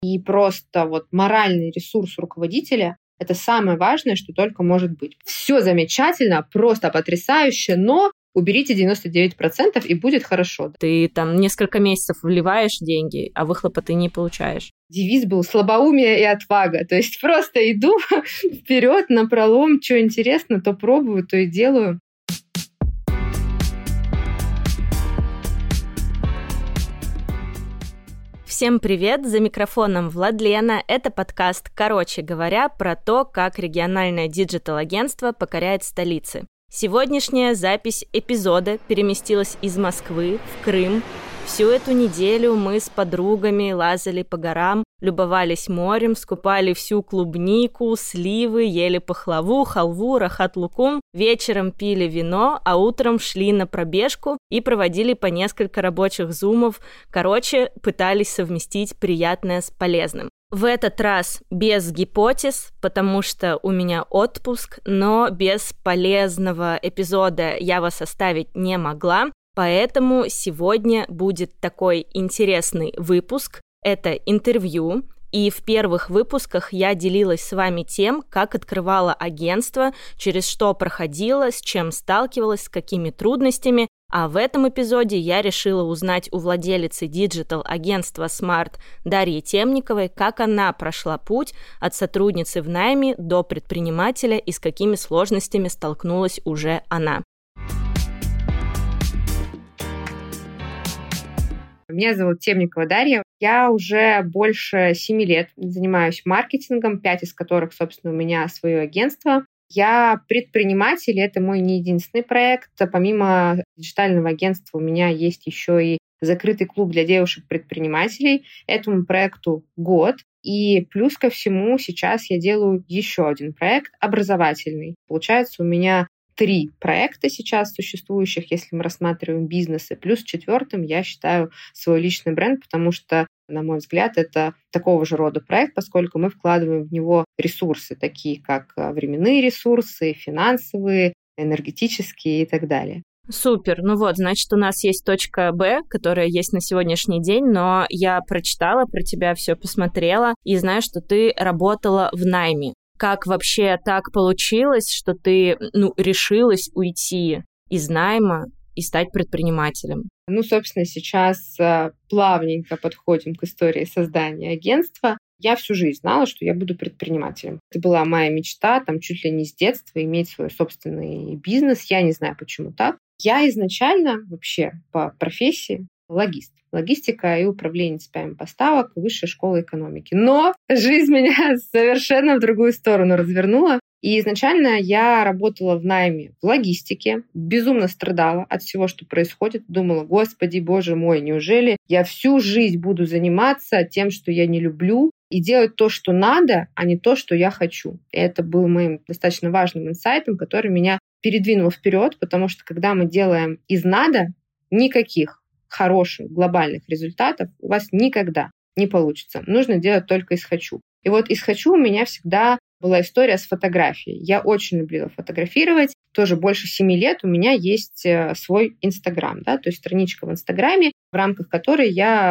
и просто вот моральный ресурс руководителя — это самое важное, что только может быть. Все замечательно, просто потрясающе, но уберите 99% и будет хорошо. Ты там несколько месяцев вливаешь деньги, а выхлопа ты не получаешь. Девиз был «слабоумие и отвага». То есть просто иду вперед напролом, что интересно, то пробую, то и делаю. Всем привет! За микрофоном Владлена. Это подкаст «Короче говоря» про то, как региональное диджитал-агентство покоряет столицы. Сегодняшняя запись эпизода переместилась из Москвы в Крым. Всю эту неделю мы с подругами лазали по горам, любовались морем, скупали всю клубнику, сливы, ели пахлаву, халву, рахат-лукум, вечером пили вино, а утром шли на пробежку и проводили по несколько рабочих зумов. Короче, пытались совместить приятное с полезным. В этот раз без гипотез, потому что у меня отпуск, но без полезного эпизода я вас оставить не могла. Поэтому сегодня будет такой интересный выпуск. Это интервью. И в первых выпусках я делилась с вами тем, как открывала агентство, через что проходила, с чем сталкивалась, с какими трудностями. А в этом эпизоде я решила узнать у владелицы диджитал-агентства Smart Дарьи Темниковой, как она прошла путь от сотрудницы в найме до предпринимателя и с какими сложностями столкнулась уже она. Меня зовут Темникова Дарья. Я уже больше 7 лет занимаюсь маркетингом, 5 из которых, собственно, у меня свое агентство. Я предприниматель, и это мой не единственный проект. Помимо диджитального агентства у меня есть еще и закрытый клуб для девушек-предпринимателей. Этому проекту год. И плюс ко всему сейчас я делаю еще один проект образовательный. Получается, у меня 3 проекта сейчас существующих, если мы рассматриваем бизнесы. Плюс 4 я считаю свой личный бренд, потому что, на мой взгляд, это такого же рода проект, поскольку мы вкладываем в него ресурсы, такие как временные ресурсы, финансовые, энергетические и так далее. Супер. Ну вот, значит, у нас есть точка Б, которая есть на сегодняшний день, но я прочитала про тебя, все посмотрела и знаю, что ты работала в найме. Как вообще так получилось, что ты решилась уйти из найма и стать предпринимателем? Собственно, сейчас плавненько подходим к истории создания агентства. Я всю жизнь знала, что я буду предпринимателем. Это была моя мечта, чуть ли не с детства, иметь свой собственный бизнес. Я не знаю, почему так. Я изначально вообще по профессии логист. Логистика и управление цепями поставок, высшая школа экономики. Но жизнь меня совершенно в другую сторону развернула. И изначально я работала в найме в логистике, безумно страдала от всего, что происходит. Думала, господи, боже мой, неужели я всю жизнь буду заниматься тем, что я не люблю, и делать то, что надо, а не то, что я хочу. И это был моим достаточно важным инсайтом, который меня передвинул вперед, потому что когда мы делаем из надо, никаких хороших глобальных результатов у вас никогда не получится. Нужно делать только из «хочу». И вот из «хочу» у меня всегда была история с фотографией. Я очень любила фотографировать. Тоже больше 7 лет у меня есть свой Инстаграм, то есть страничка в Инстаграме, в рамках которой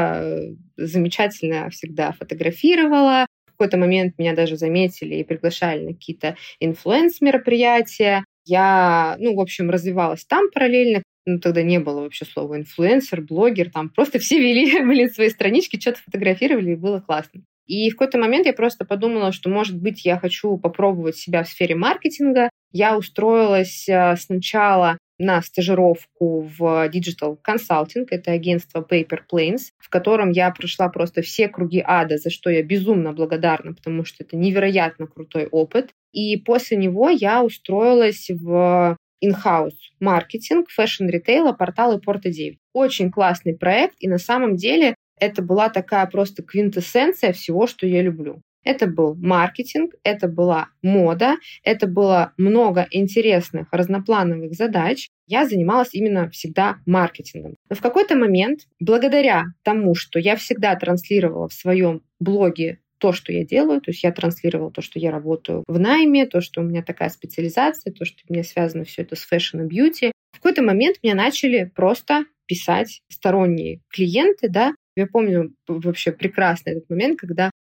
я замечательно всегда фотографировала. В какой-то момент меня даже заметили и приглашали на какие-то инфлюенс-мероприятия. Я, в общем, развивалась там параллельно. Тогда не было вообще слова инфлюенсер, блогер. Там просто все вели свои странички, что-то фотографировали, и было классно. И в какой-то момент я просто подумала, что, может быть, я хочу попробовать себя в сфере маркетинга. Я устроилась сначала на стажировку в Digital Consulting, это агентство Paper Planes, в котором я прошла просто все круги ада, за что я безумно благодарна, потому что это невероятно крутой опыт. И после него я устроилась в in-house маркетинг, фэшн-ритейла, портала Порта-9. Очень классный проект, и на самом деле это была такая просто квинтэссенция всего, что я люблю. Это был маркетинг, это была мода, это было много интересных разноплановых задач. Я занималась именно всегда маркетингом. Но в какой-то момент, благодаря тому, что я всегда транслировала в своем блоге то, что я делаю, то есть я транслировала то, что я работаю в найме, то, что у меня такая специализация, то, что у меня связано все это с фэшн и бьюти. В какой-то момент меня начали просто писать сторонние клиенты, Я помню вообще прекрасно этот момент, когда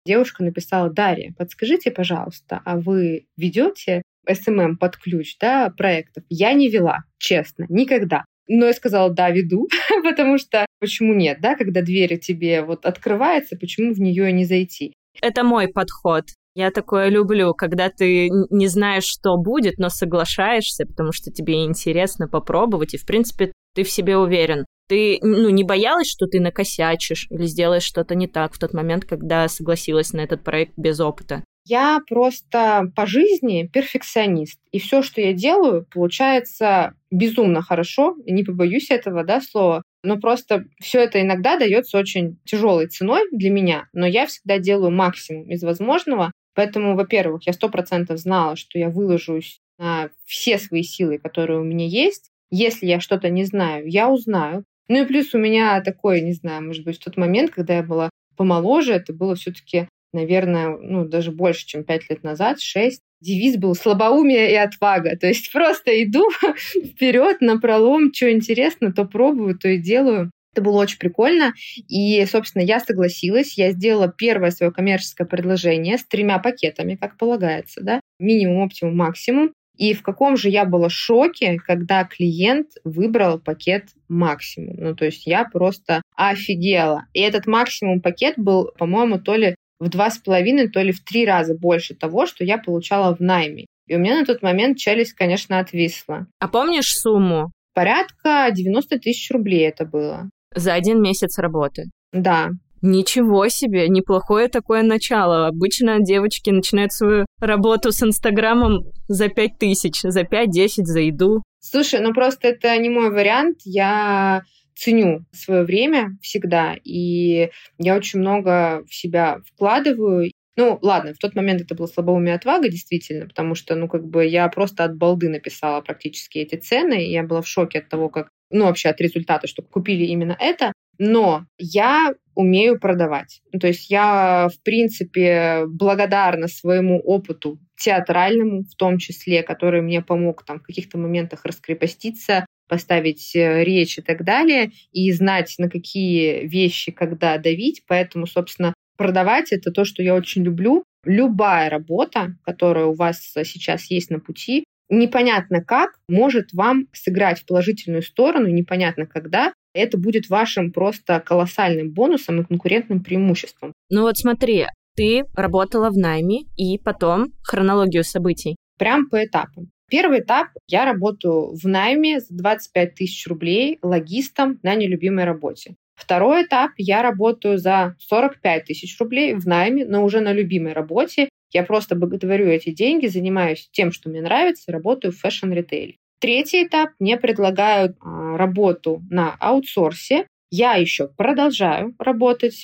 девушка написала: Дарья, подскажите, пожалуйста, а вы ведете SMM под ключ, да, проектов? Я не вела, честно, никогда. Но я сказала: да, веду, потому что почему нет, да, когда дверь тебе вот открывается, почему в нее не зайти? Это мой подход. Я такое люблю, когда ты не знаешь, что будет, но соглашаешься, потому что тебе интересно попробовать, и, в принципе, ты в себе уверен. Ты не боялась, что ты накосячишь или сделаешь что-то не так в тот момент, когда согласилась на этот проект без опыта? Я просто по жизни перфекционист. И все, что я делаю, получается безумно хорошо. Не побоюсь этого, да, слова. Но просто все это иногда дается очень тяжелой ценой для меня. Но я всегда делаю максимум из возможного. Поэтому, во-первых, я 100% знала, что я выложусь на все свои силы, которые у меня есть. Если я что-то не знаю, я узнаю. Ну и плюс у меня такой, не знаю, может быть, в тот момент, когда я была помоложе, это было все-таки, наверное, даже больше, чем 5 лет назад, 6. Девиз был «слабоумие и отвага». То есть просто иду вперед напролом, что интересно, то пробую, то и делаю. Это было очень прикольно. И, собственно, я согласилась. Я сделала первое свое коммерческое предложение с 3 пакетами, как полагается, да? Минимум, оптимум, максимум. И в каком же я была шоке, когда клиент выбрал пакет максимум. То есть я просто офигела. И этот максимум пакет был, по-моему, то ли в 2,5, то ли в 3 раза больше того, что я получала в найме. И у меня на тот момент челюсть, конечно, отвисла. А помнишь сумму? Порядка 90 тысяч рублей это было. За 1 месяц работы? Да. Ничего себе, неплохое такое начало. Обычно девочки начинают свою работу с Инстаграмом за 5000, за 5-10 за еду. Слушай, просто это не мой вариант. Я ценю свое время всегда, и я очень много в себя вкладываю. Ладно, в тот момент это было слабоумие и отвага, действительно, потому что, я просто от балды написала практически эти цены, и я была в шоке от того, как, вообще от результата, что купили именно это. Но я умею продавать. То есть я, в принципе, благодарна своему опыту театральному, в том числе, который мне помог в каких-то моментах раскрепоститься, поставить речь и так далее, и знать, на какие вещи, когда давить. Поэтому, собственно, продавать — это то, что я очень люблю. Любая работа, которая у вас сейчас есть на пути, непонятно как, может вам сыграть в положительную сторону, непонятно когда. Это будет вашим просто колоссальным бонусом и конкурентным преимуществом. Смотри, ты работала в найме, и потом хронологию событий. Прям по этапам. Первый этап — я работаю в найме за 25 тысяч рублей логистом на нелюбимой работе. Второй этап — я работаю за 45 тысяч рублей в найме, но уже на любимой работе. Я просто боготворю эти деньги, занимаюсь тем, что мне нравится, работаю в фэшн-ритейле. Третий этап — мне предлагают работу на аутсорсе. Я еще продолжаю работать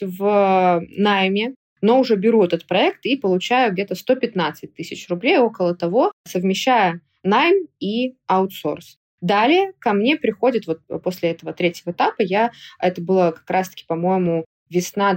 в найме, но уже беру этот проект и получаю где-то 115 тысяч рублей, около того, совмещая найм и аутсорс. Далее ко мне приходит после этого третьего этапа, это было как раз-таки, по-моему, весна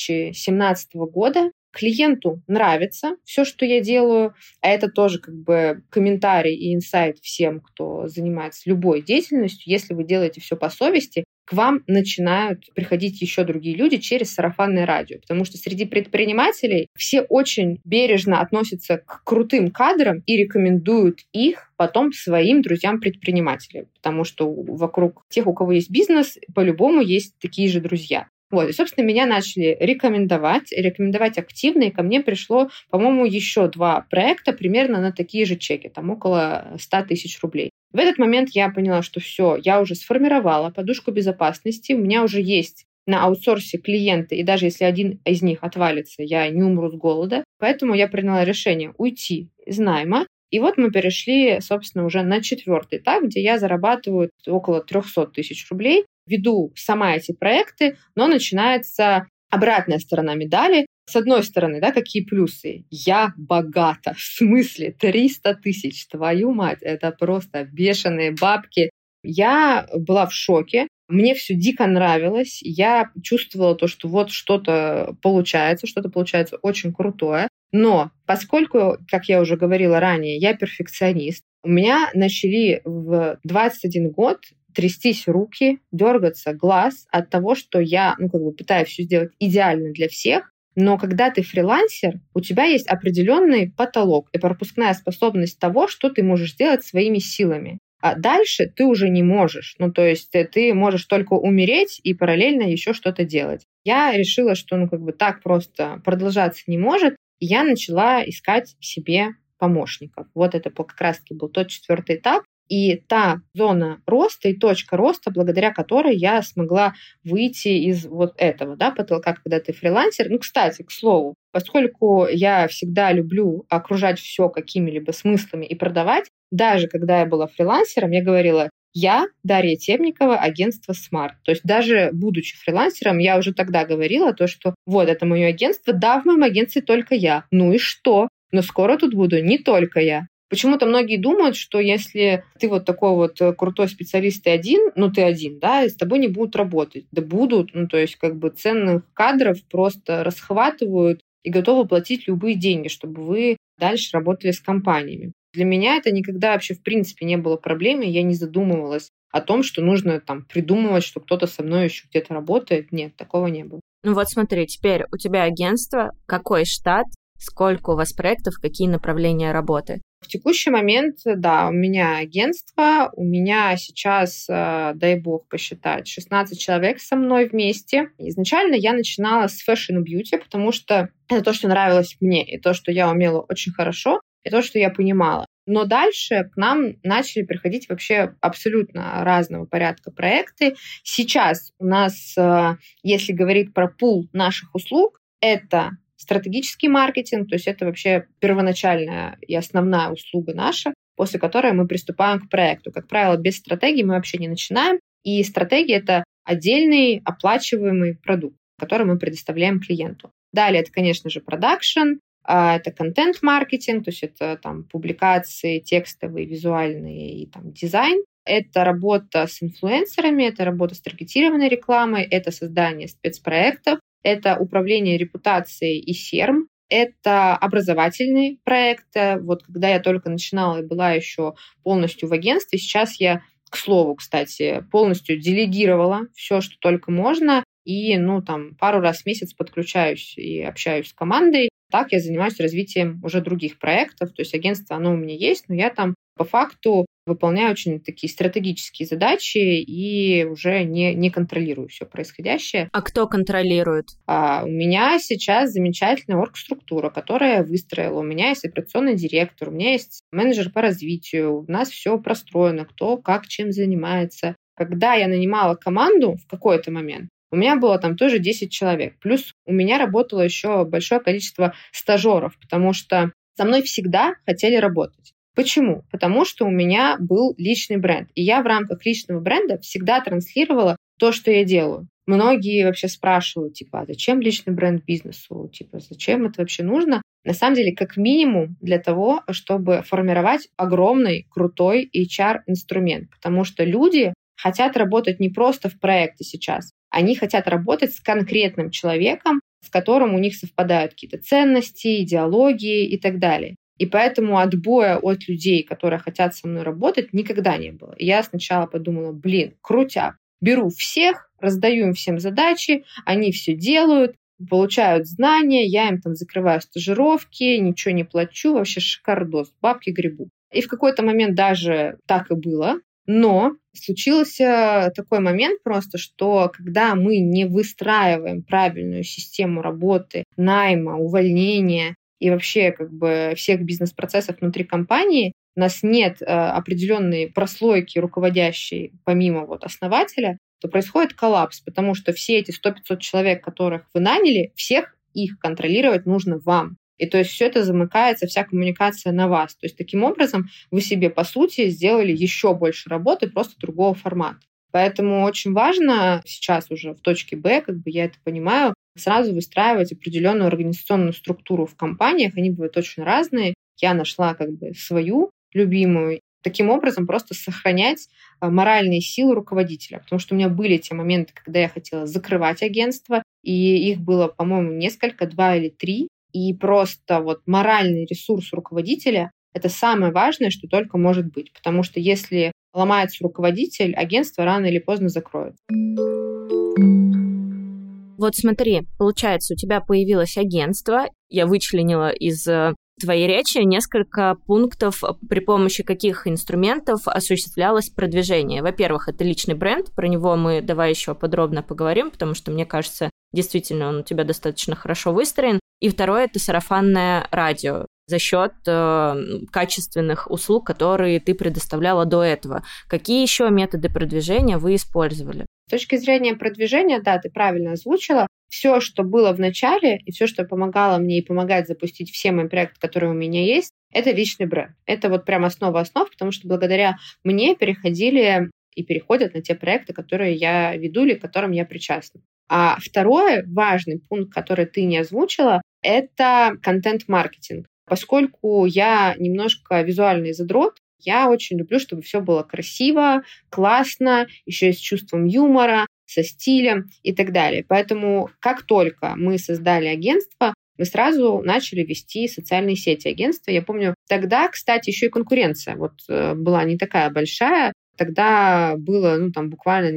2017 года. Клиенту нравится все, что я делаю, а это тоже комментарий и инсайт всем, кто занимается любой деятельностью. Если вы делаете все по совести, к вам начинают приходить еще другие люди через сарафанное радио, потому что среди предпринимателей все очень бережно относятся к крутым кадрам и рекомендуют их потом своим друзьям-предпринимателям, потому что вокруг тех, у кого есть бизнес, по-любому есть такие же друзья. И, собственно, меня начали рекомендовать активно, и ко мне пришло, по-моему, еще 2 проекта примерно на такие же чеки, около 100 тысяч рублей. В этот момент я поняла, что все, я уже сформировала подушку безопасности, у меня уже есть на аутсорсе клиенты, и даже если один из них отвалится, я не умру с голода. Поэтому я приняла решение уйти из найма. И мы перешли, собственно, уже на 4-й этап, где я зарабатываю около 300 тысяч рублей, веду сама эти проекты, но начинается обратная сторона медали. С одной стороны, какие плюсы? Я богата. В смысле 300 тысяч, твою мать, это просто бешеные бабки. Я была в шоке. Мне все дико нравилось. Я чувствовала то, что что-то получается очень крутое. Но поскольку, как я уже говорила ранее, я перфекционист, у меня начали в 21 год трястись руки, дергаться глаз от того, что я пытаюсь все сделать идеально для всех, Но когда ты фрилансер, у тебя есть определенный потолок и пропускная способность того, что ты можешь сделать своими силами. А дальше ты уже не можешь. То есть ты можешь только умереть и параллельно еще что-то делать. Я решила, что так просто продолжаться не может, и я начала искать себе помощников. Вот это как раз-таки был тот 4-й этап. И та зона роста и точка роста, благодаря которой я смогла выйти из вот этого потолка, когда ты фрилансер. Кстати, к слову, поскольку я всегда люблю окружать все какими-либо смыслами и продавать, даже когда я была фрилансером, я говорила: я Дарья Темникова, агентство Smart. То есть даже будучи фрилансером, я уже тогда говорила то, что вот это мое агентство, да, в моем агентстве только я. Ну и что? Но скоро тут буду не только я. Почему-то многие думают, что если ты вот такой вот крутой специалист, ты один, и с тобой не будут работать. Да будут, то есть ценных кадров просто расхватывают и готовы платить любые деньги, чтобы вы дальше работали с компаниями. Для меня это никогда вообще в принципе не было проблемой, я не задумывалась о том, что нужно придумывать, что кто-то со мной еще где-то работает. Нет, такого не было. Вот смотри, теперь у тебя агентство, какой штат, сколько у вас проектов, какие направления работы? В текущий момент, да, у меня агентство, у меня сейчас, дай бог посчитать, 16 человек со мной вместе. Изначально я начинала с fashion и beauty, потому что это то, что нравилось мне, и то, что я умела очень хорошо, и то, что я понимала. Но дальше к нам начали приходить вообще абсолютно разного порядка проекты. Сейчас у нас, если говорить про пул наших услуг, это стратегический маркетинг, то есть это вообще первоначальная и основная услуга наша, после которой мы приступаем к проекту. Как правило, без стратегии мы вообще не начинаем. И стратегия — это отдельный оплачиваемый продукт, который мы предоставляем клиенту. Далее это, конечно же, продакшн, это контент-маркетинг, то есть это публикации текстовые, визуальные и дизайн. Это работа с инфлюенсерами, это работа с таргетированной рекламой, это создание спецпроектов, это управление репутацией и CRM, это образовательный проект. Вот когда я только начинала и была еще полностью в агентстве, сейчас я, к слову, кстати, полностью делегировала все, что только можно, и пару раз в месяц подключаюсь и общаюсь с командой. Так я занимаюсь развитием уже других проектов. То есть агентство, оно у меня есть, но я там по факту выполняю очень такие стратегические задачи и уже не контролирую все происходящее. А кто контролирует? У меня сейчас замечательная оргструктура, которая я выстроила. У меня есть операционный директор, у меня есть менеджер по развитию. У нас все простроено, кто как чем занимается. Когда я нанимала команду в какой-то момент, у меня было там тоже 10 человек. Плюс у меня работало еще большое количество стажеров, потому что со мной всегда хотели работать. Почему? Потому что у меня был личный бренд. И я в рамках личного бренда всегда транслировала то, что я делаю. Многие вообще спрашивают, а зачем личный бренд бизнесу? Зачем это вообще нужно? На самом деле, как минимум для того, чтобы формировать огромный, крутой HR-инструмент. Потому что люди хотят работать не просто в проекте сейчас. Они хотят работать с конкретным человеком, с которым у них совпадают какие-то ценности, идеологии и так далее. И поэтому отбоя от людей, которые хотят со мной работать, никогда не было. И я сначала подумала, крутяк. Беру всех, раздаю им всем задачи, они все делают, получают знания, я им закрываю стажировки, ничего не плачу, вообще шикардос, бабки гребу. И в какой-то момент даже так и было. Но случился такой момент просто, что когда мы не выстраиваем правильную систему работы, найма, увольнения и вообще всех бизнес-процессов внутри компании, у нас нет определенной прослойки руководящей помимо основателя, то происходит коллапс, потому что все эти 100-500 человек, которых вы наняли, всех их контролировать нужно вам. И то есть все это замыкается, вся коммуникация на вас. То есть таким образом вы себе, по сути, сделали еще больше работы, просто другого формата. Поэтому очень важно сейчас уже в точке Б, я это понимаю, сразу выстраивать определенную организационную структуру в компаниях. Они бывают очень разные. Я нашла свою любимую. Таким образом просто сохранять моральные силы руководителя. Потому что у меня были те моменты, когда я хотела закрывать агентство, и их было, по-моему, несколько, 2 или 3. И просто моральный ресурс руководителя — это самое важное, что только может быть. Потому что если ломается руководитель, агентство рано или поздно закроют. Вот смотри, получается, у тебя появилось агентство, я вычленила из твоей речи несколько пунктов, при помощи каких инструментов осуществлялось продвижение. Во-первых, это личный бренд, про него мы давай еще подробно поговорим, потому что, мне кажется, действительно он у тебя достаточно хорошо выстроен. И второе, это сарафанное радио за счет качественных услуг, которые ты предоставляла до этого. Какие еще методы продвижения вы использовали? С точки зрения продвижения, да, ты правильно озвучила. Все, что было в начале, и все, что помогало мне и помогает запустить все мои проекты, которые у меня есть, это личный бренд. Это вот прям основа основ, потому что благодаря мне переходили и переходят на те проекты, которые я веду или к которым я причастна. А второй важный пункт, который ты не озвучила, это контент-маркетинг. Поскольку я немножко визуальный задрот, я очень люблю, чтобы все было красиво, классно, еще и с чувством юмора, со стилем и так далее. Поэтому как только мы создали агентство, мы сразу начали вести социальные сети агентства. Я помню, тогда, кстати, еще и конкуренция была не такая большая. Тогда было буквально,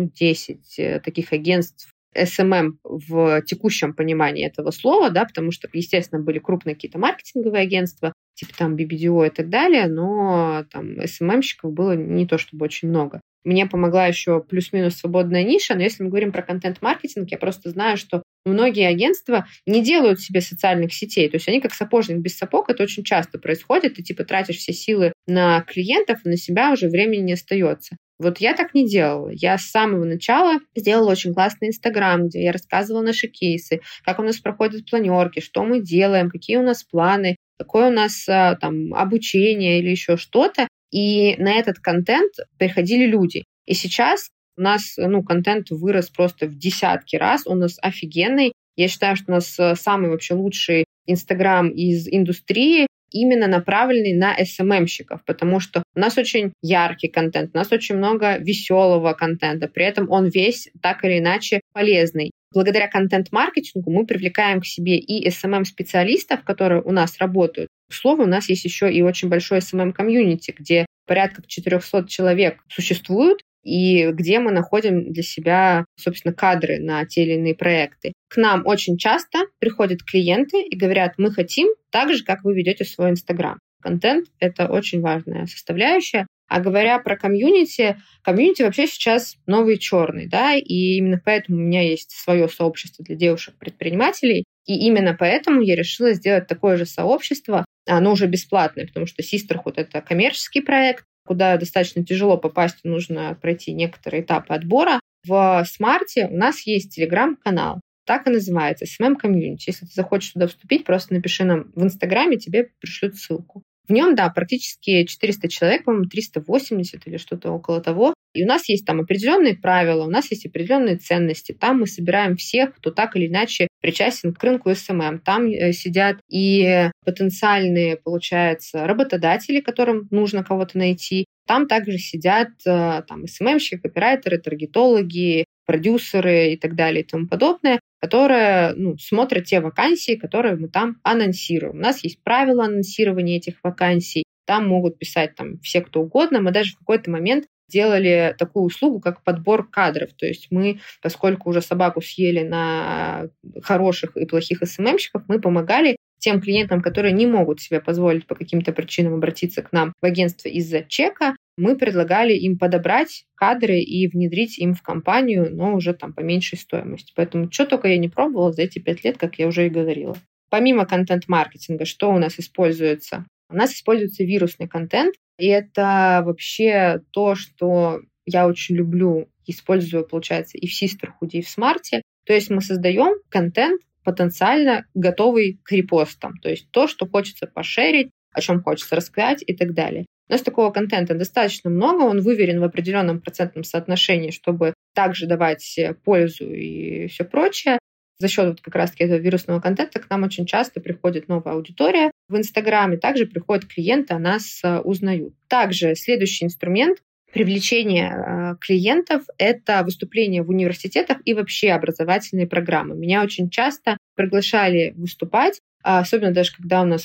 10 таких агентств SMM в текущем понимании этого слова, да, потому что, естественно, были крупные какие-то маркетинговые агентства, типа BBDO и так далее, но SMM-щиков было не то чтобы очень много. Мне помогла еще плюс-минус свободная ниша, но если мы говорим про контент-маркетинг, я просто знаю, что многие агентства не делают себе социальных сетей, то есть они как сапожник без сапог, это очень часто происходит, ты тратишь все силы на клиентов, и на себя уже времени не остается. Вот я так не делала. Я с самого начала сделала очень классный Инстаграм, где я рассказывала наши кейсы, как у нас проходят планерки, что мы делаем, какие у нас планы, какое у нас обучение или еще что-то. И на этот контент приходили люди. И сейчас у нас контент вырос просто в десятки раз, он у нас офигенный. Я считаю, что у нас самый вообще лучший Инстаграм из индустрии, именно направленный на SMM-щиков, потому что у нас очень яркий контент, у нас очень много веселого контента, при этом он весь так или иначе полезный. Благодаря контент-маркетингу мы привлекаем к себе и SMM-специалистов, которые у нас работают. К слову, у нас есть еще и очень большой SMM-комьюнити, где порядка 400 человек существуют, и где мы находим для себя, собственно, кадры на те или иные проекты. К нам очень часто приходят клиенты и говорят, мы хотим так же, как вы ведете свой Инстаграм. Контент — это очень важная составляющая. А говоря про комьюнити вообще сейчас новый черный, да, и именно поэтому у меня есть свое сообщество для девушек-предпринимателей, и именно поэтому я решила сделать такое же сообщество, оно уже бесплатное, потому что Sisterhood — это коммерческий проект, куда достаточно тяжело попасть, нужно пройти некоторые этапы отбора. В Смарте у нас есть телеграм-канал, так и называется, SMM Community. Если ты захочешь туда вступить, просто напиши нам в Инстаграме, тебе пришлют ссылку. В нем, да, практически 400 человек, по-моему, 380 или что-то около того. И у нас есть там определенные правила, у нас есть определенные ценности. Там мы собираем всех, кто так или иначе причастен к рынку SMM. Там сидят и потенциальные, получается, работодатели, которым нужно кого-то найти. Там также сидят SMM-щики, копирайтеры, таргетологи, продюсеры и так далее и тому подобное, которые смотрят те вакансии, которые мы там анонсируем. У нас есть правила анонсирования этих вакансий. Там могут писать все, кто угодно. Мы даже в какой-то момент делали такую услугу, как подбор кадров. То есть мы, поскольку уже собаку съели на хороших и плохих SMM-щиков, мы помогали тем клиентам, которые не могут себе позволить по каким-то причинам обратиться к нам в агентство из-за чека, мы предлагали им подобрать кадры и внедрить им в компанию, но уже по меньшей стоимости. Поэтому что только я не пробовала за эти 5 лет, как я уже и говорила. Помимо контент-маркетинга, что у нас используется? У нас используется вирусный контент, и это вообще то, что я очень люблю, использую, получается, и в Sisterhood, и в Смарте. То есть мы создаем контент, потенциально готовый к репостам. То есть то, что хочется пошерить, о чем хочется рассказать и так далее. У нас такого контента достаточно много, он выверен в определенном процентном соотношении, чтобы также давать пользу и все прочее. За счет как раз-таки этого вирусного контента к нам очень часто приходит новая аудитория в Инстаграме, также приходят клиенты, о нас узнают. Также следующий инструмент привлечение клиентов — это выступления в университетах и вообще образовательные программы. Меня очень часто приглашали выступать, особенно даже когда у нас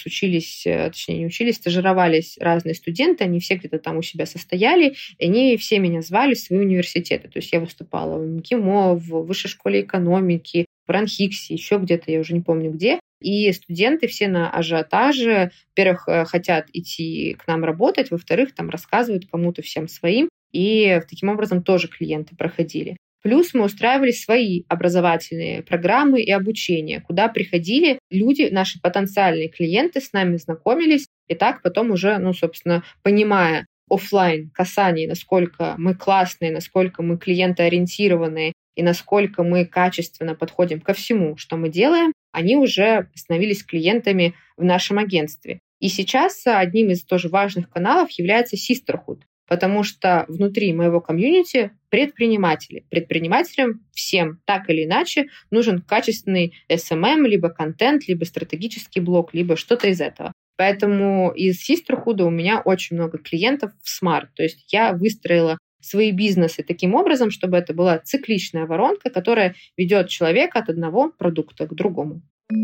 стажировались разные студенты, они все где-то там у себя состояли, и они все меня звали в свои университеты. То есть я выступала в МГИМО, в Высшей школе экономики, в РАНХИКСе, еще где-то, я уже не помню где. И студенты все на ажиотаже, во-первых, хотят идти к нам работать, во-вторых, там рассказывают кому-то всем своим, и таким образом тоже клиенты проходили. Плюс мы устраивали свои образовательные программы и обучение, куда приходили люди, наши потенциальные клиенты, с нами знакомились, и так потом уже, собственно, понимая офлайн касаний, насколько мы классные, насколько мы клиентоориентированные и насколько мы качественно подходим ко всему, что мы делаем, они уже становились клиентами в нашем агентстве. И сейчас одним из тоже важных каналов является Sisterhood, потому что внутри моего комьюнити предприниматели. Предпринимателям всем так или иначе нужен качественный SMM, либо контент, либо стратегический блог, либо что-то из этого. Поэтому из Sisterhood у меня очень много клиентов в Smart. То есть я выстроила свои бизнесы таким образом, чтобы это была цикличная воронка, которая ведет человека от одного продукта к другому.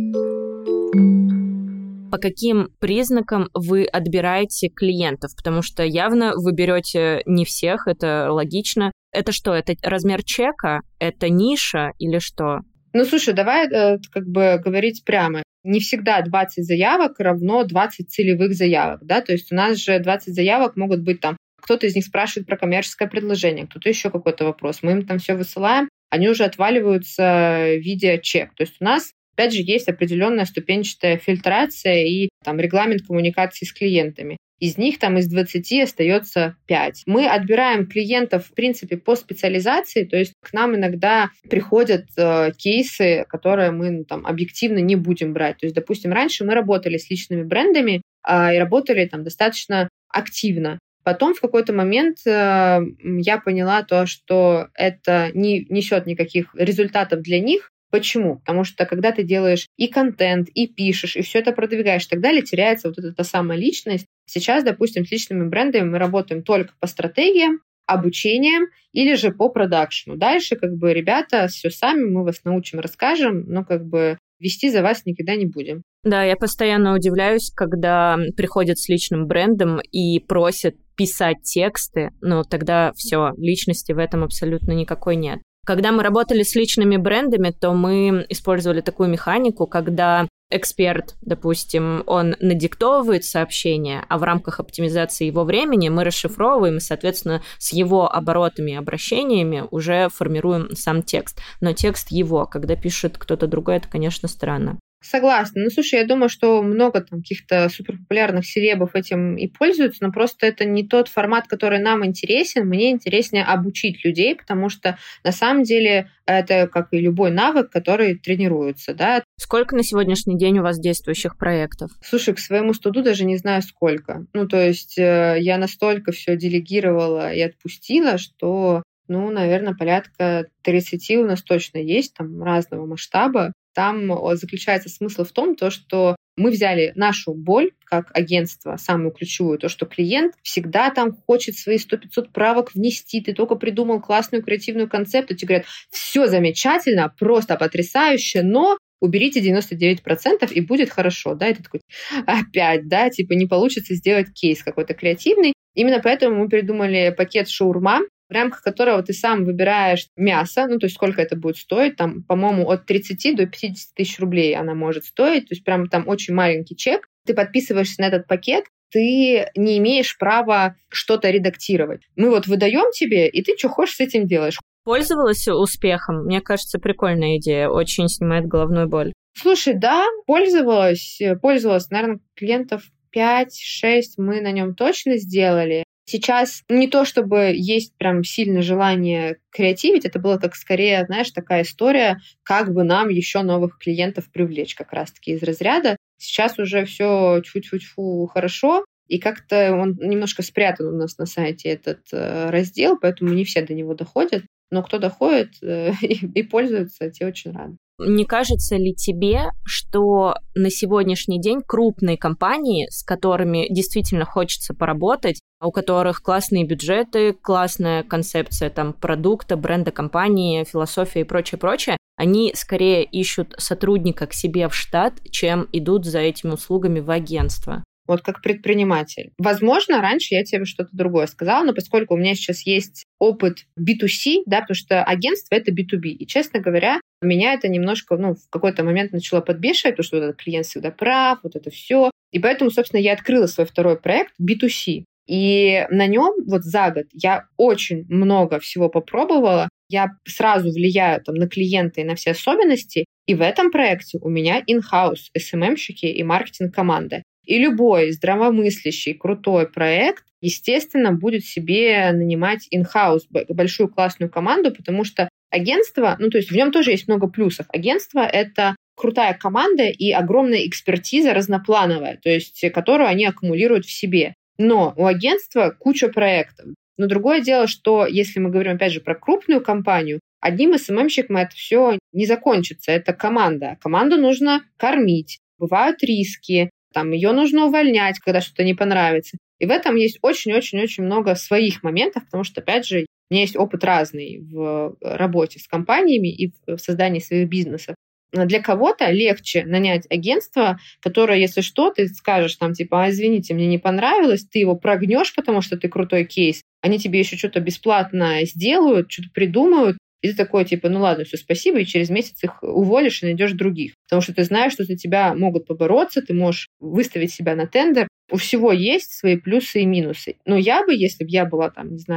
По каким признакам вы отбираете клиентов? Потому что явно вы берете не всех, это логично. Это что, это размер чека? Это ниша или что? Слушай, давай говорить прямо. Не всегда 20 заявок равно 20 целевых заявок. Да? То есть у нас же 20 заявок могут быть там, кто-то из них спрашивает про коммерческое предложение, кто-то еще какой-то вопрос. Мы им там все высылаем, они уже отваливаются в виде чек. То есть у нас опять же, есть определенная ступенчатая фильтрация и регламент коммуникации с клиентами. Из них из 20 остается 5. Мы отбираем клиентов, в принципе, по специализации, то есть к нам иногда приходят кейсы, которые мы объективно не будем брать. То есть, допустим, раньше мы работали с личными брендами и работали достаточно активно. Потом в какой-то момент я поняла то, что это не несет никаких результатов для них. Почему? Потому что когда ты делаешь и контент, и пишешь, и все это продвигаешь и так далее, теряется вот эта самая личность. Сейчас, допустим, с личными брендами мы работаем только по стратегиям, обучением или же по продакшну. Дальше ребята, все сами, мы вас научим, расскажем, но вести за вас никогда не будем. Да, я постоянно удивляюсь, когда приходят с личным брендом и просят писать тексты, но тогда все, личности в этом абсолютно никакой нет. Когда мы работали с личными брендами, то мы использовали такую механику, когда эксперт, допустим, он надиктовывает сообщение, а в рамках оптимизации его времени мы расшифровываем и, соответственно, с его оборотами и обращениями уже формируем сам текст. Но текст его, когда пишет кто-то другой, это, конечно, странно. Согласна. Слушай, я думаю, что много каких-то суперпопулярных селебов этим и пользуются, но просто это не тот формат, который нам интересен. Мне интереснее обучить людей, потому что на самом деле это, как и любой навык, который тренируется. Да? Сколько на сегодняшний день у вас действующих проектов? Слушай, к своему студу даже не знаю сколько. То есть я настолько все делегировала и отпустила, что, наверное, порядка 30 у нас точно есть, разного масштаба. Там заключается смысл в том, что мы взяли нашу боль как агентство, самую ключевую, то, что клиент всегда хочет свои 100-500 правок внести, ты только придумал классную креативную концепцию, тебе говорят, все замечательно, просто потрясающе, но уберите 99% и будет хорошо, да, и ты такой, опять, да, не получится сделать кейс какой-то креативный. Именно поэтому мы придумали пакет шаурма, в рамках которого ты сам выбираешь мясо, то есть сколько это будет стоить, по-моему, от 30 до 50 тысяч рублей она может стоить, то есть прям очень маленький чек. Ты подписываешься на этот пакет, ты не имеешь права что-то редактировать. Мы выдаем тебе, и ты что хочешь с этим делаешь. Пользовалась успехом? Мне кажется, прикольная идея, очень снимает головную боль. Слушай, да, пользовалась, наверное, клиентов 5-6 мы на нем точно сделали. Сейчас не то, чтобы есть прям сильное желание креативить, это было скорее, такая история, как бы нам еще новых клиентов привлечь как раз-таки из разряда. Сейчас уже все тьфу-тьфу-тьфу хорошо, и как-то он немножко спрятан у нас на сайте этот раздел, поэтому не все до него доходят. Но кто доходит и пользуется, те очень рады. Не кажется ли тебе, что на сегодняшний день крупные компании, с которыми действительно хочется поработать, у которых классные бюджеты, классная концепция продукта, бренда компании, философия и прочее, они скорее ищут сотрудника к себе в штат, чем идут за этими услугами в агентство? вот как предприниматель. Возможно, раньше я тебе что-то другое сказала, но поскольку у меня сейчас есть опыт B2C, да, потому что агентство — это B2B. И, честно говоря, меня это немножко, в какой-то момент начало подбешивать, потому что вот этот клиент всегда прав, вот это все. И поэтому, собственно, я открыла свой второй проект B2C. И на нем вот за год я очень много всего попробовала. Я сразу влияю на клиента и на все особенности. И в этом проекте у меня in-house SMM-щики и маркетинг-команда. И любой здравомыслящий, крутой проект, естественно, будет себе нанимать in-house большую классную команду, потому что агентство, то есть в нем тоже есть много плюсов. Агентство — это крутая команда и огромная экспертиза разноплановая, то есть которую они аккумулируют в себе. Но у агентства куча проектов. Но другое дело, что если мы говорим, опять же, про крупную компанию, одним СММщиком это все не закончится. Это команда. Команду нужно кормить. Бывают риски. Ее нужно увольнять, когда что-то не понравится. И в этом есть очень-очень-очень много своих моментов, потому что, опять же, у меня есть опыт разный в работе с компаниями и в создании своих бизнесов. Для кого-то легче нанять агентство, которое, если что, ты скажешь извините, мне не понравилось, ты его прогнешь, потому что ты крутой кейс, они тебе еще что-то бесплатно сделают, что-то придумают, и ты такой, ладно, все, спасибо, и через месяц их уволишь и найдешь других. Потому что ты знаешь, что за тебя могут побороться, ты можешь выставить себя на тендер. У всего есть свои плюсы и минусы. Но я бы, если бы я была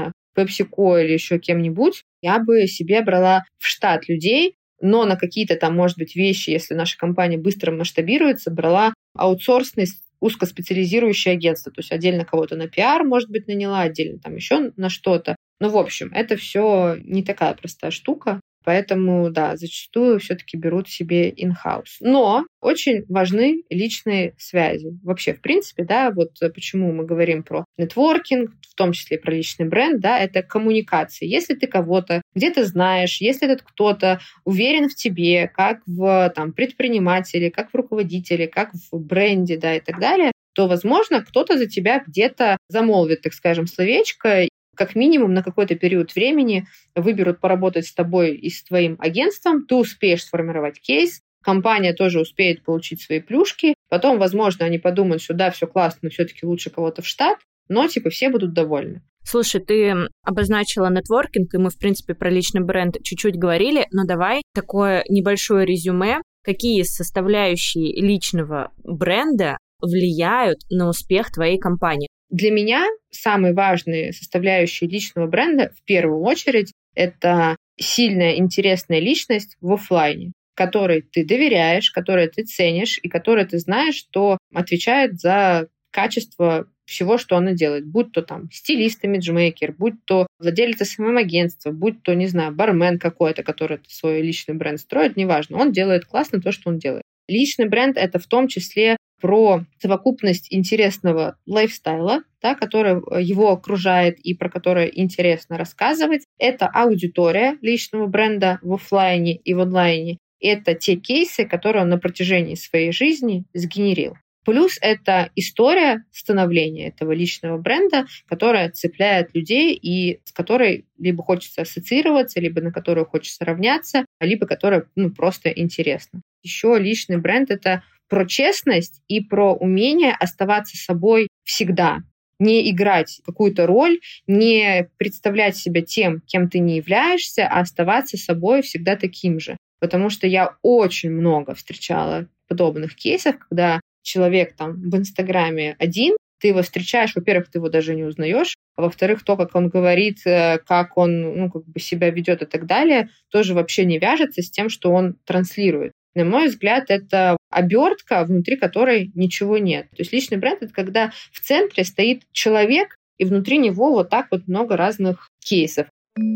PepsiCo или еще кем-нибудь, я бы себе брала в штат людей, но на какие-то может быть, вещи, если наша компания быстро масштабируется, брала аутсорсные узкоспециализирующие агентства. То есть отдельно кого-то на пиар, может быть, наняла, отдельно еще на что-то. В общем, это все не такая простая штука. Поэтому, да, зачастую все-таки берут себе in-house. Но очень важны личные связи. Вообще, в принципе, да, вот почему мы говорим про нетворкинг, в том числе про личный бренд, да, это коммуникация. Если ты кого-то где-то знаешь, если этот кто-то уверен в тебе, как в предпринимателе, как в руководителе, как в бренде, да, и так далее, то, возможно, кто-то за тебя где-то замолвит, так скажем, словечко, как минимум на какой-то период времени выберут поработать с тобой и с твоим агентством, ты успеешь сформировать кейс, компания тоже успеет получить свои плюшки, потом, возможно, они подумают, что да, все классно, но все-таки лучше кого-то в штат, но все будут довольны. Слушай, ты обозначила нетворкинг, и мы, в принципе, про личный бренд чуть-чуть говорили, но давай такое небольшое резюме. Какие составляющие личного бренда влияют на успех твоей компании? Для меня самые важные составляющие личного бренда в первую очередь это сильная, интересная личность в офлайне, которой ты доверяешь, которой ты ценишь и которой ты знаешь, что отвечает за качество всего, что она делает. Будь то стилист, имиджмейкер, будь то владелец СММ-агентства, будь то, не знаю, бармен какой-то, который свой личный бренд строит, неважно. Он делает классно то, что он делает. Личный бренд — это в том числе про совокупность интересного лайфстайла, да, который его окружает и про который интересно рассказывать. Это аудитория личного бренда в офлайне и в онлайне. Это те кейсы, которые он на протяжении своей жизни сгенерил. Плюс это история становления этого личного бренда, которая цепляет людей и с которой либо хочется ассоциироваться, либо на которую хочется равняться, либо которая просто интересна. Еще личный бренд — это про честность и про умение оставаться собой всегда. Не играть какую-то роль, не представлять себя тем, кем ты не являешься, а оставаться собой всегда таким же. Потому что я очень много встречала подобных кейсов, когда человек в Инстаграме один, ты его встречаешь, во-первых, ты его даже не узнаешь, а во-вторых, то, как он говорит, как он себя ведет и так далее, тоже вообще не вяжется с тем, что он транслирует. На мой взгляд, это обертка, внутри которой ничего нет. То есть личный бренд — это когда в центре стоит человек, и внутри него вот так вот много разных кейсов.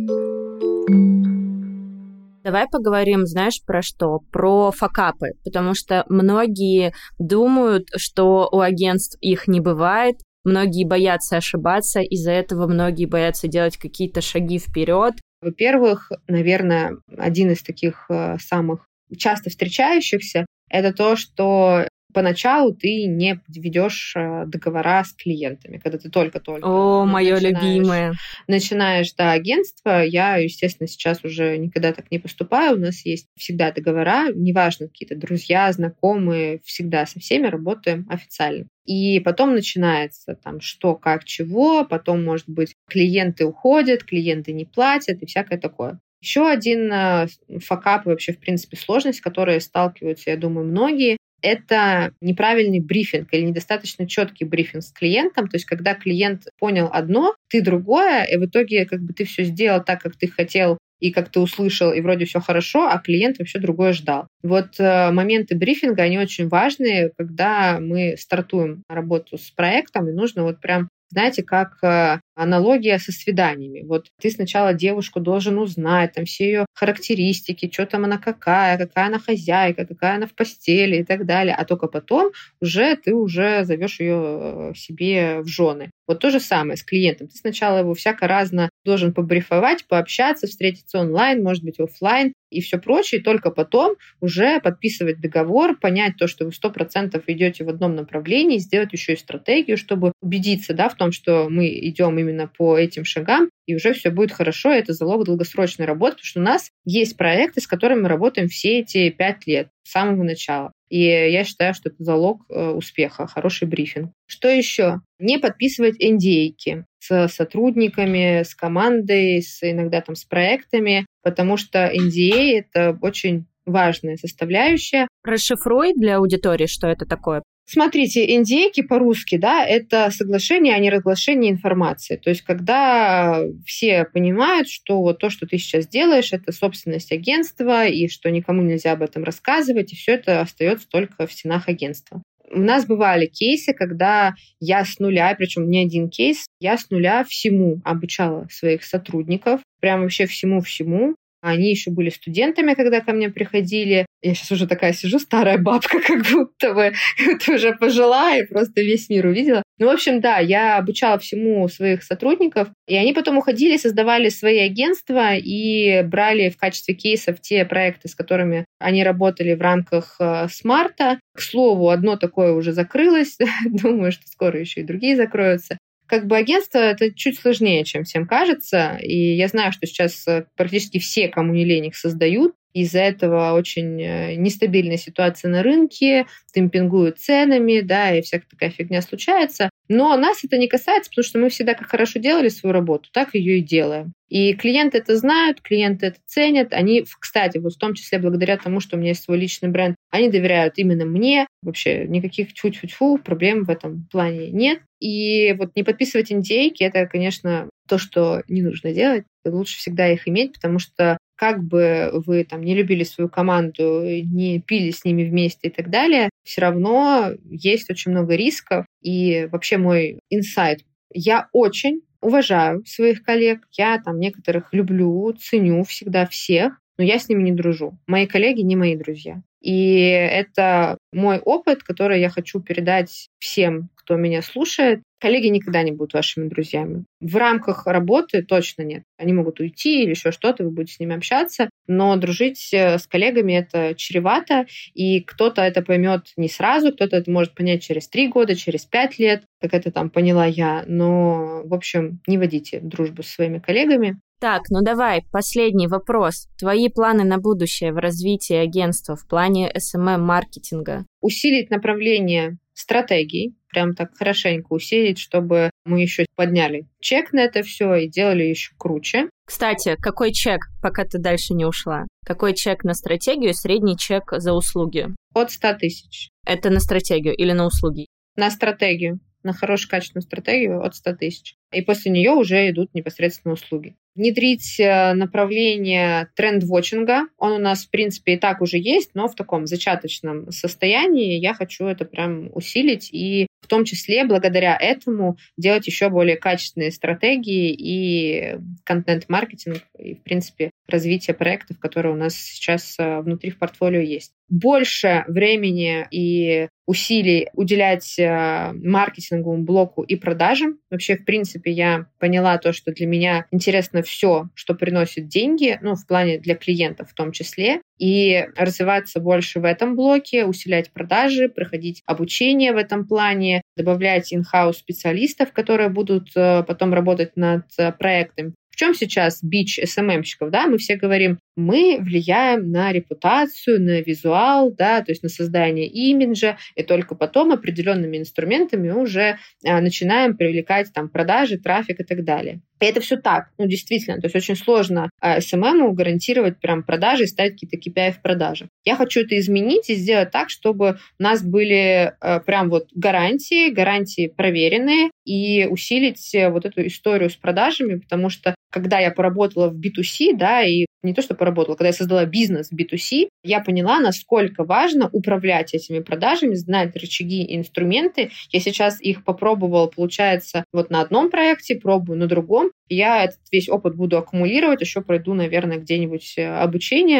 Давай поговорим, знаешь, про что? Про факапы, потому что многие думают, что у агентств их не бывает, многие боятся ошибаться, из-за этого многие боятся делать какие-то шаги вперед. Во-первых, наверное, один из таких самых часто встречающихся — это то, что поначалу ты не ведешь договора с клиентами, когда ты только-только мое любимое. Начинаешь агентство. Я, естественно, сейчас уже никогда так не поступаю. У нас есть всегда договора, неважно, какие-то друзья, знакомые, всегда со всеми работаем официально. и потом начинается там что, как, чего, потом, может быть, клиенты уходят, клиенты не платят и всякое такое. Еще один факап и вообще, в принципе, сложность, с которой сталкиваются, я думаю, многие, это неправильный брифинг или недостаточно четкий брифинг с клиентом. То есть, когда клиент понял одно, ты другое, и в итоге как бы ты все сделал так, как ты хотел, и как ты услышал, и вроде все хорошо, а клиент вообще другое ждал. Вот моменты брифинга, они очень важные, когда мы стартуем работу с проектом, и нужно вот прям, знаете, как аналогия со свиданиями. Вот ты сначала девушку должен узнать, там все ее характеристики, что там она какая она хозяйка, какая она в постели и так далее. А только потом ты уже зовешь ее себе в жены. Вот то же самое с клиентом. Ты сначала его всяко-разно должен побрифовать, пообщаться, встретиться онлайн, может быть, офлайн и все прочее, и только потом уже подписывать договор, понять то, что вы 100% идете в одном направлении, сделать еще и стратегию, чтобы убедиться, в том, что мы идем именно по этим шагам, и уже все будет хорошо. Это залог долгосрочной работы, потому что у нас есть проекты, с которыми мы работаем все эти 5 лет с самого начала. И я считаю, что это залог успеха, хороший брифинг. Что еще? Не подписывать NDA-ки с сотрудниками, с командой, иногда там с проектами, потому что NDA — это очень важная составляющая. Расшифруй для аудитории, что это такое. Смотрите, NDA-ки по-русски, это соглашение о неразглашении информации. То есть, когда все понимают, что вот то, что ты сейчас делаешь, это собственность агентства, и что никому нельзя об этом рассказывать, и все это остается только в стенах агентства. У нас бывали кейсы, когда я с нуля, причем не один кейс, я с нуля всему обучала своих сотрудников, прям вообще всему-всему. Они еще были студентами, когда ко мне приходили. Я сейчас уже такая сижу, старая бабка, как будто бы уже пожилая, просто весь мир увидела. В общем, я обучала всему своих сотрудников, и они потом уходили, создавали свои агентства и брали в качестве кейсов те проекты, с которыми они работали в рамках Смарта. К слову, одно такое уже закрылось. Думаю, что скоро еще и другие закроются. Как бы агентство — это чуть сложнее, чем всем кажется. И я знаю, что сейчас практически все, кому не лень, их создают. Из-за этого очень нестабильная ситуация на рынке, демпингуют ценами, и всякая такая фигня случается. Но нас это не касается, потому что мы всегда как хорошо делали свою работу, так ее и делаем. И клиенты это знают, клиенты это ценят. Они, кстати, вот в том числе благодаря тому, что у меня есть свой личный бренд, они доверяют именно мне. Вообще никаких тьфу-тьфу-тьфу проблем в этом плане нет. И вот не подписывать NDA-ки — это, конечно, то, что не нужно делать. Лучше всегда их иметь, потому что как бы вы там не любили свою команду, не пили с ними вместе и так далее, все равно есть очень много рисков. И вообще мой инсайт: я очень уважаю своих коллег, я там некоторых люблю, ценю всегда всех, но я с ними не дружу. Мои коллеги не мои друзья. И это мой опыт, который я хочу передать всем, кто меня слушает. Коллеги никогда не будут вашими друзьями. В рамках работы точно нет. Они могут уйти или еще что-то, вы будете с ними общаться, но дружить с коллегами — это чревато, и кто-то это поймет не сразу, кто-то это может понять через 3 года, через 5 лет, как это там поняла я. Но, в общем, не водите дружбу со своими коллегами. Так, давай, последний вопрос. Твои планы на будущее в развитии агентства в плане SMM-маркетинга? Усилить направление стратегий, прям так хорошенько усилить, чтобы мы еще подняли чек на это все и делали еще круче. Кстати, какой чек, пока ты дальше не ушла? Какой чек на стратегию, средний чек за услуги? От 100 тысяч. Это на стратегию или на услуги? На стратегию. На хорошую качественную стратегию от 100 тысяч. И после нее уже идут непосредственно услуги. Внедрить направление тренд-вотчинга. Он у нас, в принципе, и так уже есть, но в таком зачаточном состоянии. Я хочу это прям усилить и в том числе благодаря этому делать еще более качественные стратегии и контент-маркетинг, и, в принципе, развитие проектов, которые у нас сейчас внутри в портфолио есть. Больше времени и усилий уделять маркетинговому блоку и продажам. Вообще, в принципе, я поняла то, что для меня интересно все, что приносит деньги, в плане для клиентов в том числе, и развиваться больше в этом блоке, усилять продажи, проходить обучение в этом плане, добавлять in-house специалистов, которые будут потом работать над проектом. чем сейчас бич SMM-щиков? Да? Мы все говорим, мы влияем на репутацию, на визуал, да, то есть на создание имиджа, и только потом определенными инструментами уже начинаем привлекать там продажи, трафик и так далее. И это все так, действительно, то есть очень сложно SMM гарантировать прям продажи и ставить какие-то KPI в продажах. Я хочу это изменить и сделать так, чтобы у нас были прям вот гарантии проверенные, и усилить вот эту историю с продажами, потому что когда я поработала в B2C, да, и не то, что поработала, когда я создала бизнес в B2C, я поняла, насколько важно управлять этими продажами, знать рычаги и инструменты. Я сейчас их попробовала, получается, вот на одном проекте, пробую на другом. Я этот весь опыт буду аккумулировать, еще пройду, наверное, где-нибудь обучение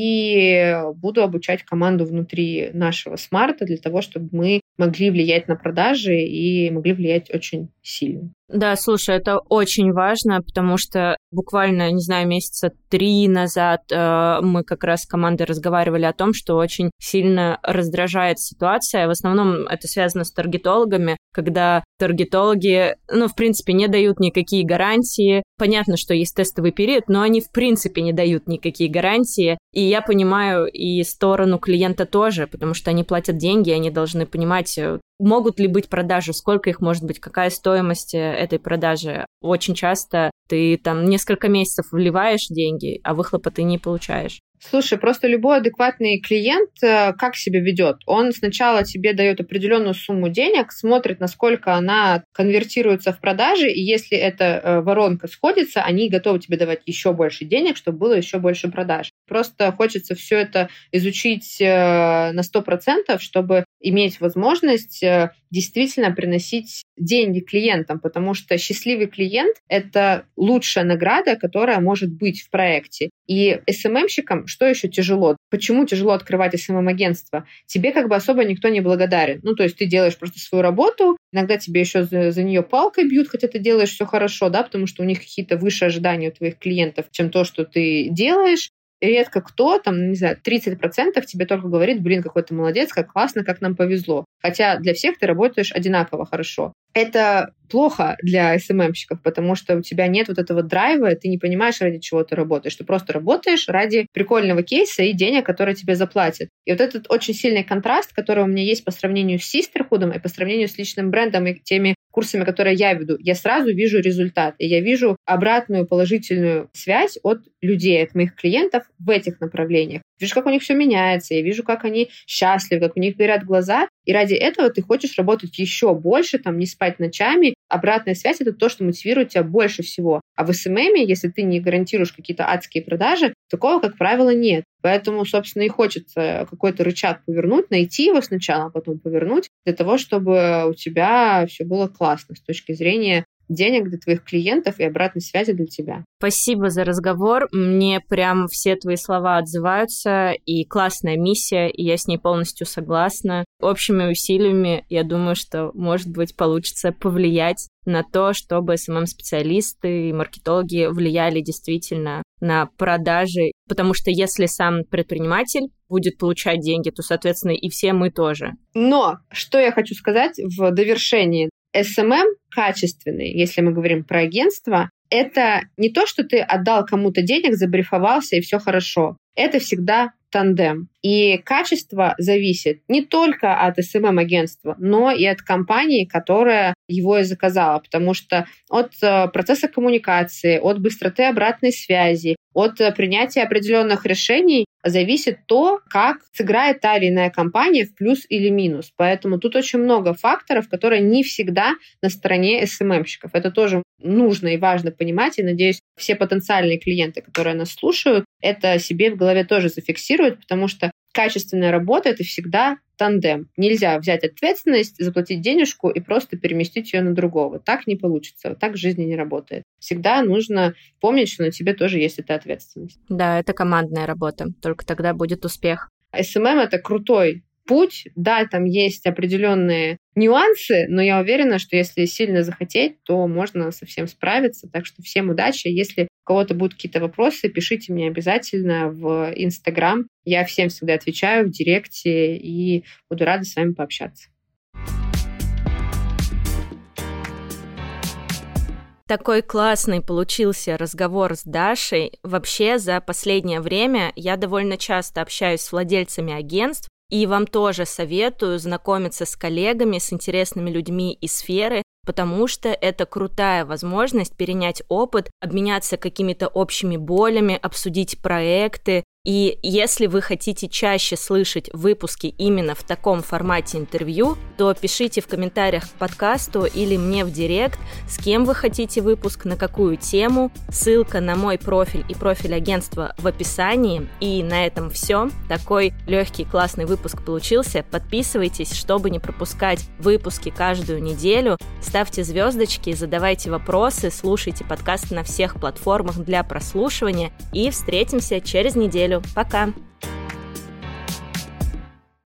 и буду обучать команду внутри нашего смарта для того, чтобы мы могли влиять на продажи и могли влиять очень сильно. Да, слушай, это очень важно, потому что буквально, не знаю, месяца 3 назад мы как раз с командой разговаривали о том, что очень сильно раздражает ситуация. В основном это связано с таргетологами, когда таргетологи, в принципе, не дают никакие гарантии. Понятно, что есть тестовый период, но они, в принципе, не дают никакие гарантии. И я понимаю и сторону клиента тоже, потому что они платят деньги, они должны понимать, могут ли быть продажи, сколько их может быть, какая стоимость этой продажи. Очень часто ты там несколько месяцев вливаешь деньги, а выхлопа ты не получаешь. Слушай, просто любой адекватный клиент как себя ведет? Он сначала тебе дает определенную сумму денег, смотрит, насколько она конвертируется в продажи, и если эта воронка сходится, они готовы тебе давать еще больше денег, чтобы было еще больше продаж. Просто хочется все это изучить на 100%, чтобы иметь возможность действительно приносить деньги клиентам, потому что счастливый клиент — это лучшая награда, которая может быть в проекте. И SMM-щикам что еще тяжело? Почему тяжело открывать SMM-агентство? Тебе как бы особо никто не благодарен. То есть ты делаешь просто свою работу, иногда тебе еще за нее палкой бьют, хотя ты делаешь все хорошо, да, потому что у них какие-то выше ожидания у твоих клиентов, чем то, что ты делаешь. Редко кто, 30% тебе только говорит, какой ты молодец, как классно, как нам повезло. Хотя для всех ты работаешь одинаково хорошо. Это плохо для SMM-щиков, потому что у тебя нет вот этого драйва, ты не понимаешь, ради чего ты работаешь. Ты просто работаешь ради прикольного кейса и денег, которые тебе заплатят. И вот этот очень сильный контраст, который у меня есть по сравнению с Sisterhood и по сравнению с личным брендом и теми курсами, которые я веду, я сразу вижу результат. И я вижу обратную положительную связь от людей, от моих клиентов в этих направлениях. Вижу, как у них все меняется, я вижу, как они счастливы, как у них горят глаза. И ради этого ты хочешь работать еще больше, не спать ночами. Обратная связь — это то, что мотивирует тебя больше всего. А в SMM, если ты не гарантируешь какие-то адские продажи, такого, как правило, нет. Поэтому, собственно, и хочется какой-то рычаг повернуть, найти его сначала, а потом повернуть, для того, чтобы у тебя все было классно с точки зрения денег для твоих клиентов и обратной связи для тебя. Спасибо за разговор. Мне прям все твои слова отзываются, и классная миссия, и я с ней полностью согласна. Общими усилиями, я думаю, что, может быть, получится повлиять на то, чтобы SMM-специалисты и маркетологи влияли действительно на продажи, потому что если сам предприниматель будет получать деньги, то, соответственно, и все мы тоже. Но что я хочу сказать в довершении. SMM качественный, если мы говорим про агентство, это не то, что ты отдал кому-то денег, забрифовался и все хорошо. Это всегда тандем. И качество зависит не только от SMM-агентства, но и от компании, которая его и заказала. Потому что от процесса коммуникации, от быстроты обратной связи, от принятия определенных решений зависит то, как сыграет та или иная компания в плюс или минус. Поэтому тут очень много факторов, которые не всегда на стороне SMM-щиков. Это тоже нужно и важно понимать. И, надеюсь, все потенциальные клиенты, которые нас слушают, это себе в голове тоже зафиксируют, потому что качественная работа — это всегда тандем. Нельзя взять ответственность, заплатить денежку и просто переместить ее на другого. Так не получится. Так в жизни не работает. Всегда нужно помнить, что на тебе тоже есть эта ответственность. Да, это командная работа. Только тогда будет успех. SMM — это крутой путь. Да, там есть определенные нюансы, но я уверена, что если сильно захотеть, то можно со всем справиться. Так что всем удачи. Если у кого-то будут какие-то вопросы, пишите мне обязательно в Instagram. Я всем всегда отвечаю в директе и буду рада с вами пообщаться. Такой классный получился разговор с Дашей. Вообще, за последнее время я довольно часто общаюсь с владельцами агентств, и вам тоже советую знакомиться с коллегами, с интересными людьми из сферы, потому что это крутая возможность перенять опыт, обменяться какими-то общими болями, обсудить проекты. И если вы хотите чаще слышать выпуски именно в таком формате интервью, то пишите в комментариях к подкасту или мне в директ, с кем вы хотите выпуск, на какую тему. Ссылка на мой профиль и профиль агентства в описании. И на этом все. Такой легкий, классный выпуск получился. Подписывайтесь, чтобы не пропускать выпуски каждую неделю. Ставьте звездочки, задавайте вопросы, слушайте подкасты на всех платформах для прослушивания. И встретимся через неделю. Пока!